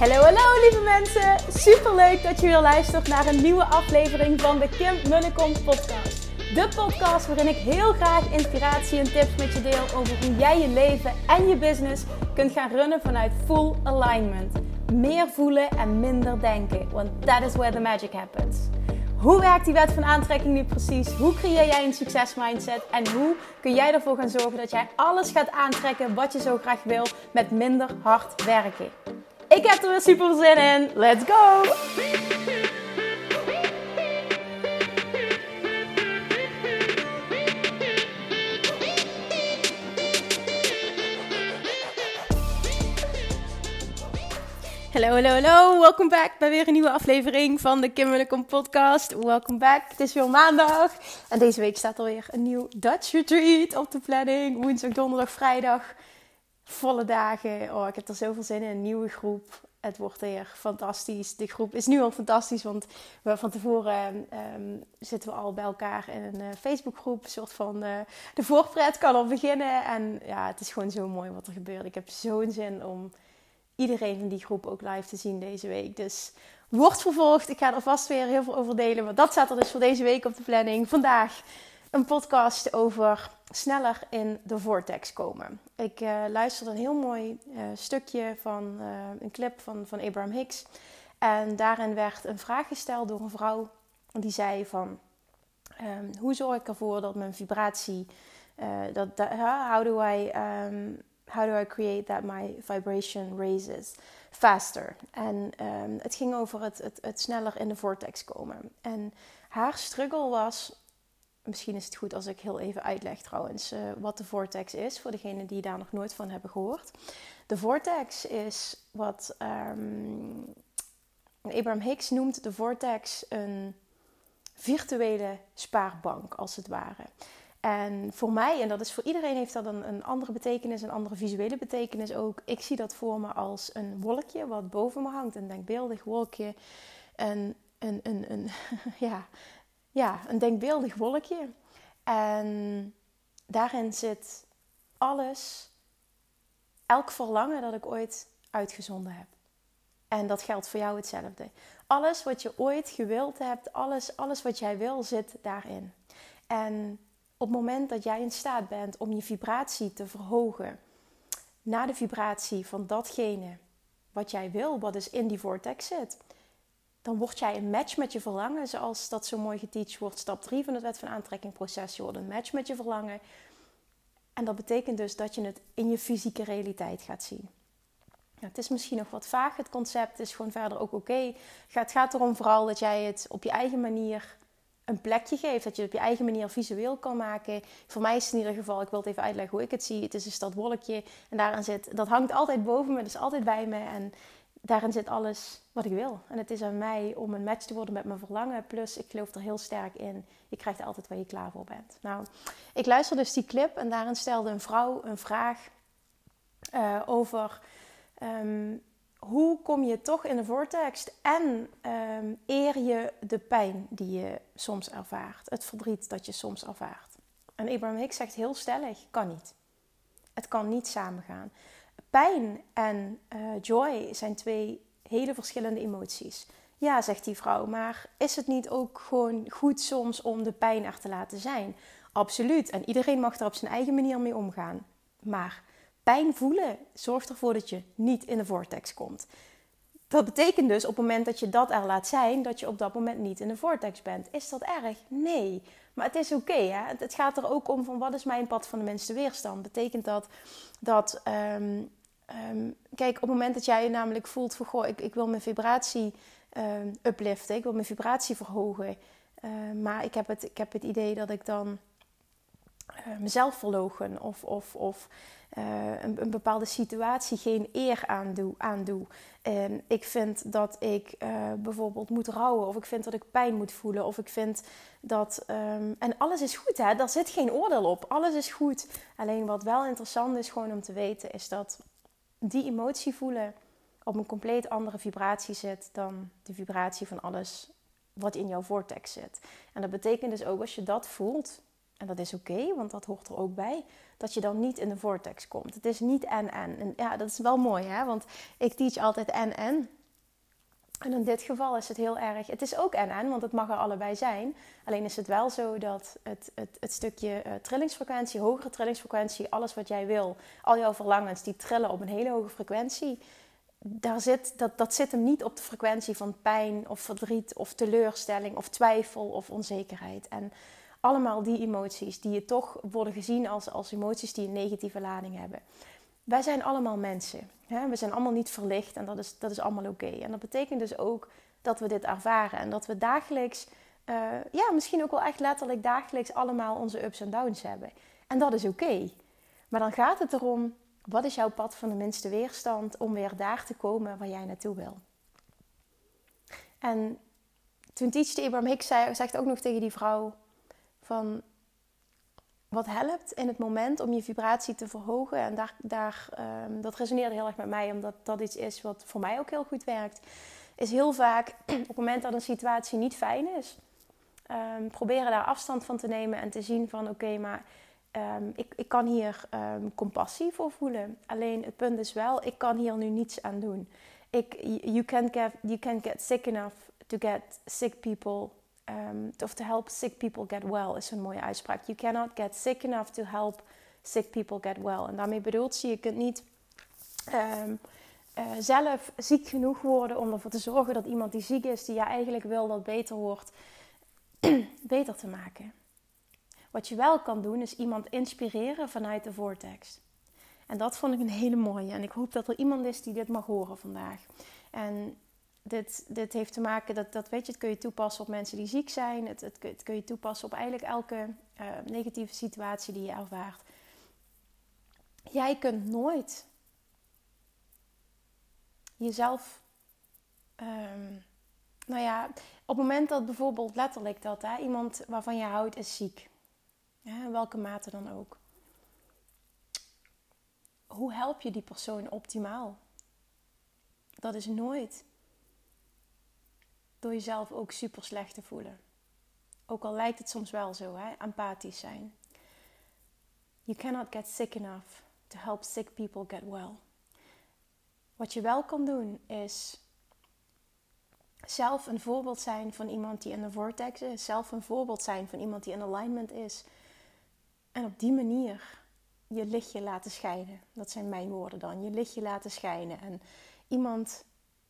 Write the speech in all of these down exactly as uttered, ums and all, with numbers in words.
Hallo, hallo lieve mensen! Superleuk dat je weer luistert naar een nieuwe aflevering van de Kim Munnekom podcast. De podcast waarin ik heel graag inspiratie en tips met je deel over hoe jij je leven en je business kunt gaan runnen vanuit full alignment. Meer voelen en minder denken, want that is where the magic happens. Hoe werkt die wet van aantrekking nu precies? Hoe creëer jij een succesmindset? En hoe kun jij ervoor gaan zorgen dat jij alles gaat aantrekken wat je zo graag wil met minder hard werken? Ik heb er weer super zin in. Let's go! Hallo, hallo, hallo. Welkom back bij weer een nieuwe aflevering van de Kim Munnekom podcast. Welkom back. Het is weer maandag. En deze week staat er weer een nieuw Dutch Retreat op de planning. Woensdag, donderdag, vrijdag. Volle dagen. Oh, ik heb er zoveel zin in. Een nieuwe groep. Het wordt weer fantastisch. De groep is nu al fantastisch, want we van tevoren um, zitten we al bij elkaar in een uh, Facebookgroep. Een soort van uh, de voorpret kan al beginnen. En ja, het is gewoon zo mooi wat er gebeurt. Ik heb zo'n zin om iedereen van die groep ook live te zien deze week. Dus wordt vervolgd. Ik ga er vast weer heel veel over delen. Maar dat staat er dus voor deze week op de planning. Vandaag een podcast over sneller in de vortex komen. Ik uh, luisterde een heel mooi uh, stukje van uh, een clip van, van Abraham Hicks. En daarin werd een vraag gesteld door een vrouw. Die zei van, um, hoe zorg ik ervoor dat mijn vibratie, uh, dat, dat, uh, how do I... Um, How do I create that my vibration raises faster? En um, het ging over het, het, het sneller in de vortex komen. En haar struggle was, misschien is het goed als ik heel even uitleg trouwens, uh, wat de vortex is, voor degenen die daar nog nooit van hebben gehoord. De vortex is wat um, Abraham Hicks noemt de vortex een virtuele spaarbank, als het ware. En voor mij, en dat is voor iedereen, heeft dat een, een andere betekenis, een andere visuele betekenis ook. Ik zie dat voor me als een wolkje wat boven me hangt, een denkbeeldig wolkje. Een, een, een, een, ja, ja, een denkbeeldig wolkje. En daarin zit alles, elk verlangen dat ik ooit uitgezonden heb. En dat geldt voor jou hetzelfde. Alles wat je ooit gewild hebt, alles, alles wat jij wil, zit daarin. En op het moment dat jij in staat bent om je vibratie te verhogen naar de vibratie van datgene wat jij wil, wat dus in die vortex zit, dan word jij een match met je verlangen, zoals dat zo mooi geteacht wordt. Stap drie van het wet van aantrekking proces, je wordt een match met je verlangen. En dat betekent dus dat je het in je fysieke realiteit gaat zien. Nou, het is misschien nog wat vaag, het concept is gewoon verder ook oké. Okay. Het gaat erom vooral dat jij het op je eigen manier een plekje geeft, dat je het op je eigen manier visueel kan maken. Voor mij is het in ieder geval, ik wil het even uitleggen hoe ik het zie. Het is dus dat wolkje en daarin zit, dat hangt altijd boven me, dat is altijd bij me. En daarin zit alles wat ik wil. En het is aan mij om een match te worden met mijn verlangen. Plus, ik geloof er heel sterk in, je krijgt altijd waar je klaar voor bent. Nou, ik luister dus die clip en daarin stelde een vrouw een vraag uh, over Um, hoe kom je toch in de vortex en um, eer je de pijn die je soms ervaart. Het verdriet dat je soms ervaart. En Abraham Hicks zegt heel stellig, kan niet. Het kan niet samengaan. Pijn en uh, joy zijn twee hele verschillende emoties. Ja, zegt die vrouw, maar is het niet ook gewoon goed soms om de pijn er te laten zijn? Absoluut. En iedereen mag er op zijn eigen manier mee omgaan. Maar pijn voelen zorgt ervoor dat je niet in de vortex komt. Dat betekent dus op het moment dat je dat er laat zijn, dat je op dat moment niet in de vortex bent. Is dat erg? Nee. Maar het is oké. Okay, het gaat er ook om van wat is mijn pad van de minste weerstand. Betekent dat dat... Um, um, kijk, op het moment dat jij je namelijk voelt van goh, ik, ik wil mijn vibratie um, upliften. Ik wil mijn vibratie verhogen. Uh, maar ik heb, het, ik heb het idee dat ik dan uh, mezelf verloochen of... of, of Uh, een, een bepaalde situatie geen eer aandoe. aandoe. En ik vind dat ik uh, bijvoorbeeld moet rouwen. Of ik vind dat ik pijn moet voelen. Of ik vind dat... Um, en alles is goed, hè. Daar zit geen oordeel op. Alles is goed. Alleen wat wel interessant is gewoon om te weten... is dat die emotie voelen op een compleet andere vibratie zit... dan de vibratie van alles wat in jouw vortex zit. En dat betekent dus ook als je dat voelt... en dat is oké, okay, want dat hoort er ook bij, dat je dan niet in de vortex komt. Het is niet en-en. En ja, dat is wel mooi, hè? Want ik teach altijd en-en. En in dit geval is het heel erg... Het is ook en-en, want het mag er allebei zijn. Alleen is het wel zo dat het, het, het stukje uh, trillingsfrequentie, hogere trillingsfrequentie, alles wat jij wil, al jouw verlangens, die trillen op een hele hoge frequentie. Daar zit, dat, dat zit hem niet op de frequentie van pijn of verdriet of teleurstelling of twijfel of onzekerheid. En allemaal die emoties die je toch worden gezien als, als emoties die een negatieve lading hebben. Wij zijn allemaal mensen. Hè? We zijn allemaal niet verlicht en dat is, dat is allemaal oké. Okay. En dat betekent dus ook dat we dit ervaren. En dat we dagelijks, uh, ja, misschien ook wel echt letterlijk dagelijks allemaal onze ups en downs hebben. En dat is oké. Okay. Maar dan gaat het erom, wat is jouw pad van de minste weerstand om weer daar te komen waar jij naartoe wil. En toen teachte Abraham Hicks zei, zegt ook nog tegen die vrouw van... Wat helpt in het moment om je vibratie te verhogen. En daar, daar, um, dat resoneerde heel erg met mij. Omdat dat iets is wat voor mij ook heel goed werkt. Is heel vaak op het moment dat een situatie niet fijn is. Um, proberen daar afstand van te nemen. En te zien van oké, okay, maar um, ik, ik kan hier um, compassie voor voelen. Alleen het punt is wel, ik kan hier nu niets aan doen. Ik, you, can't get, you can't get sick enough to get sick people... Um, of to help sick people get well is een mooie uitspraak. You cannot get sick enough to help sick people get well. En daarmee bedoelt ze, je kunt niet um, uh, zelf ziek genoeg worden om ervoor te zorgen dat iemand die ziek is, die je eigenlijk wil dat beter wordt, beter te maken. Wat je wel kan doen, is iemand inspireren vanuit de vortex. En dat vond ik een hele mooie. En ik hoop dat er iemand is die dit mag horen vandaag. En Dit, dit heeft te maken, dat, dat weet je, het kun je toepassen op mensen die ziek zijn. Het, het, het kun je toepassen op eigenlijk elke uh, negatieve situatie die je ervaart. Jij kunt nooit jezelf, um, nou ja, op het moment dat bijvoorbeeld letterlijk dat hè, iemand waarvan je houdt is ziek. Ja, in welke mate dan ook. Hoe help je die persoon optimaal? Dat is nooit door jezelf ook super slecht te voelen. Ook al lijkt het soms wel zo, hè? Empathisch zijn. You cannot get sick enough to help sick people get well. Wat je wel kan doen is zelf een voorbeeld zijn van iemand die in de vortex is. Zelf een voorbeeld zijn van iemand die in alignment is. En op die manier je lichtje laten schijnen. Dat zijn mijn woorden dan. Je lichtje laten schijnen. En iemand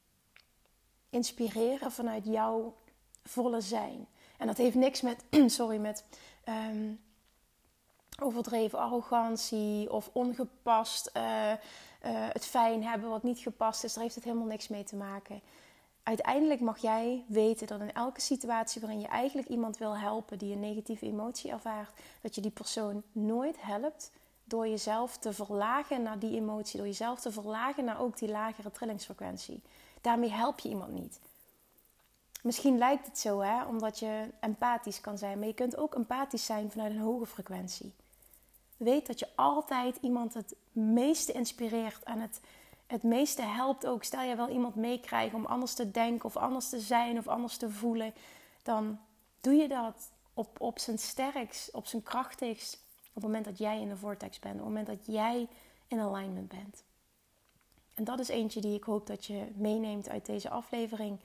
inspireren vanuit jouw volle zijn. En dat heeft niks met, sorry, met um, overdreven arrogantie of ongepast uh, uh, het fijn hebben wat niet gepast is. Daar heeft het helemaal niks mee te maken. Uiteindelijk mag jij weten dat in elke situatie waarin je eigenlijk iemand wil helpen die een negatieve emotie ervaart, dat je die persoon nooit helpt door jezelf te verlagen naar die emotie, door jezelf te verlagen naar ook die lagere trillingsfrequentie. Daarmee help je iemand niet. Misschien lijkt het zo, hè, omdat je empathisch kan zijn. Maar je kunt ook empathisch zijn vanuit een hoge frequentie. Weet dat je altijd iemand het meeste inspireert. En het, het meeste helpt ook. Stel je wel iemand meekrijgt om anders te denken of anders te zijn of anders te voelen. Dan doe je dat op, op zijn sterkst, op zijn krachtigst. Op het moment dat jij in de vortex bent. Op het moment dat jij in alignment bent. En dat is eentje die ik hoop dat je meeneemt uit deze aflevering.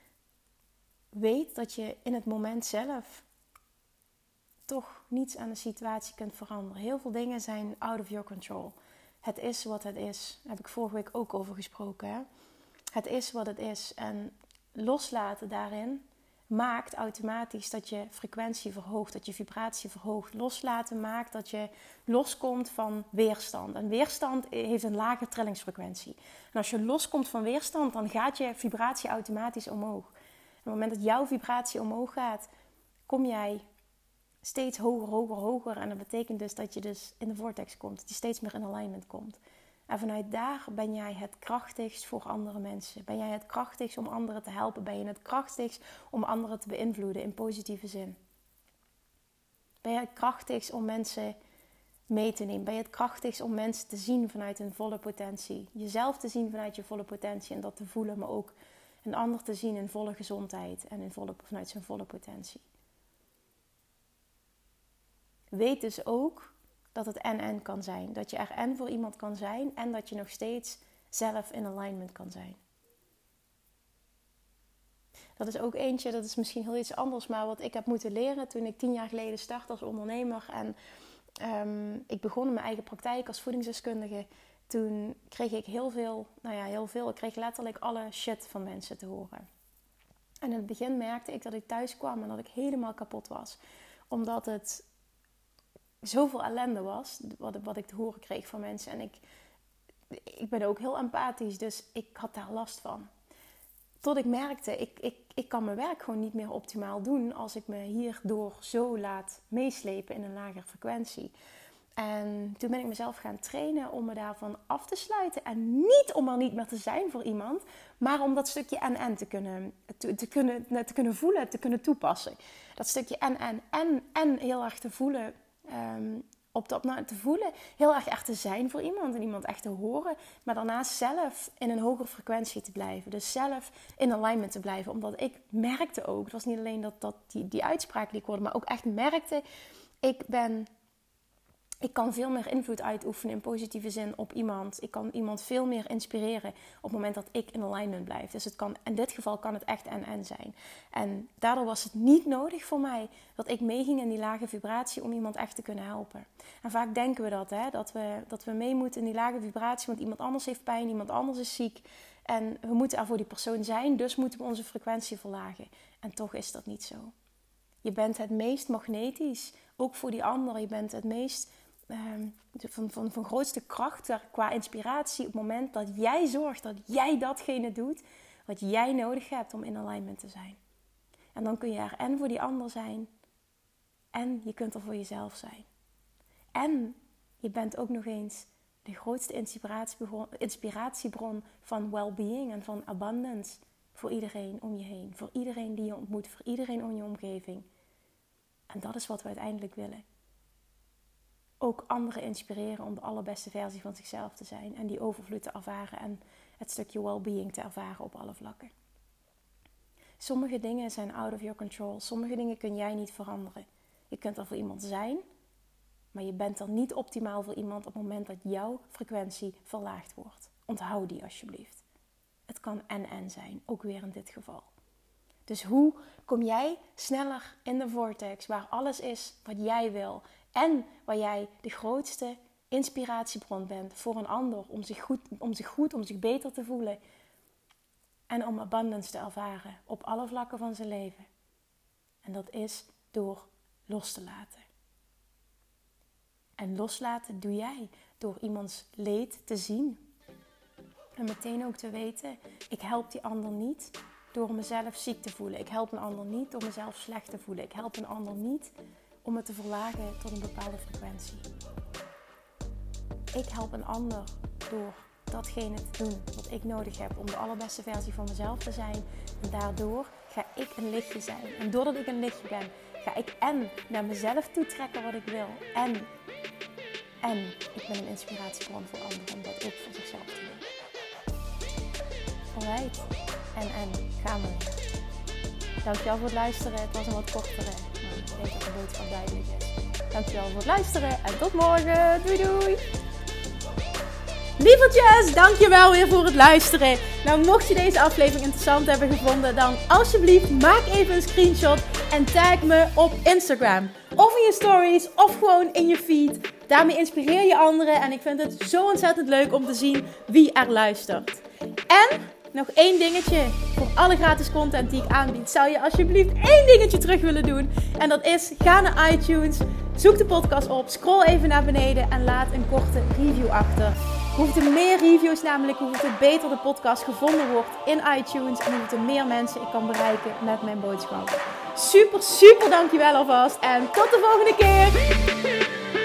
Weet dat je in het moment zelf toch niets aan de situatie kunt veranderen. Heel veel dingen zijn out of your control. Het is wat het is. Daar heb ik vorige week ook over gesproken. Hè? Het is wat het is. En loslaten daarin maakt automatisch dat je frequentie verhoogt. Dat je vibratie verhoogt. Loslaten maakt dat je loskomt van weerstand. En weerstand heeft een lage trillingsfrequentie. En als je loskomt van weerstand, dan gaat je vibratie automatisch omhoog. En op het moment dat jouw vibratie omhoog gaat, kom jij steeds hoger, hoger, hoger. En dat betekent dus dat je dus in de vortex komt. Dat je steeds meer in alignment komt. En vanuit daar ben jij het krachtigst voor andere mensen. Ben jij het krachtigst om anderen te helpen. Ben je het krachtigst om anderen te beïnvloeden in positieve zin. Ben jij het krachtigst om mensen mee te nemen. Ben je het krachtigst om mensen te zien vanuit hun volle potentie. Jezelf te zien vanuit je volle potentie en dat te voelen. Maar ook een ander te zien in volle gezondheid en in volle, vanuit zijn volle potentie. weet dus ook dat het en-en kan zijn. Dat je er en voor iemand kan zijn en dat je nog steeds zelf in alignment kan zijn. Dat is ook eentje, dat is misschien heel iets anders, maar wat ik heb moeten leren toen ik tien jaar geleden startte als ondernemer. En um, ik begon in mijn eigen praktijk als voedingsdeskundige. Toen kreeg ik heel veel, nou ja, heel veel. Ik kreeg letterlijk alle shit van mensen te horen. En in het begin merkte ik dat ik thuis kwam en dat ik helemaal kapot was. Omdat het zoveel ellende was, wat, wat ik te horen kreeg van mensen. En ik, ik ben ook heel empathisch, dus ik had daar last van. Tot ik merkte, ik, ik, ik kan mijn werk gewoon niet meer optimaal doen als ik me hierdoor zo laat meeslepen in een lagere frequentie. En toen ben ik mezelf gaan trainen om me daarvan af te sluiten. En niet om er niet meer te zijn voor iemand, maar om dat stukje en-en te kunnen, te, te, kunnen, te kunnen voelen, te kunnen toepassen. Dat stukje en-en en, en heel erg te voelen, um, op de, op, nou, te voelen, heel erg echt te zijn voor iemand en iemand echt te horen. Maar daarnaast zelf in een hogere frequentie te blijven. Dus zelf in alignment te blijven. Omdat ik merkte ook, het was niet alleen dat, dat die, die uitspraak die ik hoorde, maar ook echt merkte, ik ben... Ik kan veel meer invloed uitoefenen in positieve zin op iemand. Ik kan iemand veel meer inspireren op het moment dat ik in alignment blijf. Dus het kan, in dit geval kan het echt en-en zijn. En daardoor was het niet nodig voor mij dat ik meeging in die lage vibratie om iemand echt te kunnen helpen. En vaak denken we dat, hè, dat we, dat we mee moeten in die lage vibratie, want iemand anders heeft pijn, iemand anders is ziek. En we moeten er voor die persoon zijn, dus moeten we onze frequentie verlagen. En toch is dat niet zo. Je bent het meest magnetisch, ook voor die ander. Je bent het meest... Um, van, van, van grootste kracht qua inspiratie op het moment dat jij zorgt dat jij datgene doet wat jij nodig hebt om in alignment te zijn. En dan kun je er en voor die ander zijn en je kunt er voor jezelf zijn. En je bent ook nog eens de grootste inspiratiebron, inspiratiebron van well-being en van abundance voor iedereen om je heen. Voor iedereen die je ontmoet, voor iedereen om je omgeving. En dat is wat we uiteindelijk willen. Ook anderen inspireren om de allerbeste versie van zichzelf te zijn. En die overvloed te ervaren en het stukje well-being te ervaren op alle vlakken. Sommige dingen zijn out of your control. Sommige dingen kun jij niet veranderen. Je kunt er voor iemand zijn, maar je bent er niet optimaal voor iemand op het moment dat jouw frequentie verlaagd wordt. Onthoud die alsjeblieft. Het kan en-en zijn, ook weer in dit geval. Dus hoe kom jij sneller in de vortex waar alles is wat jij wil en waar jij de grootste inspiratiebron bent voor een ander om zich goed, om zich goed, om zich beter te voelen en om abundance te ervaren op alle vlakken van zijn leven. En dat is door los te laten. En loslaten doe jij door iemands leed te zien en meteen ook te weten, ik help die ander niet door mezelf ziek te voelen. Ik help een ander niet door mezelf slecht te voelen. Ik help een ander niet om het te verlagen tot een bepaalde frequentie. Ik help een ander door datgene te doen wat ik nodig heb om de allerbeste versie van mezelf te zijn. En daardoor ga ik een lichtje zijn. En doordat ik een lichtje ben, ga ik en naar mezelf toe trekken wat ik wil. En, en ik ben een inspiratiebron voor anderen om dat ook voor zichzelf te doen. Alright. En, en gaan we weer. Dankjewel voor het luisteren. Het was een wat kortere, maar ik denk dat de boodschap duidelijk is. Dankjewel voor het luisteren en tot morgen. Doei doei! Lievertjes, dankjewel weer voor het luisteren. Nou, mocht je deze aflevering interessant hebben gevonden, dan alsjeblieft maak even een screenshot en tag me op Instagram. Of in je stories, of gewoon in je feed. Daarmee inspireer je anderen en ik vind het zo ontzettend leuk om te zien wie er luistert. En nog één dingetje voor alle gratis content die ik aanbied. Zou je alsjeblieft één dingetje terug willen doen? En dat is, ga naar iTunes, zoek de podcast op, scroll even naar beneden en laat een korte review achter. Hoeveel meer reviews namelijk, hoeveel beter de podcast gevonden wordt in iTunes en hoeveel meer mensen ik kan bereiken met mijn boodschap. Super, super dankjewel alvast en tot de volgende keer!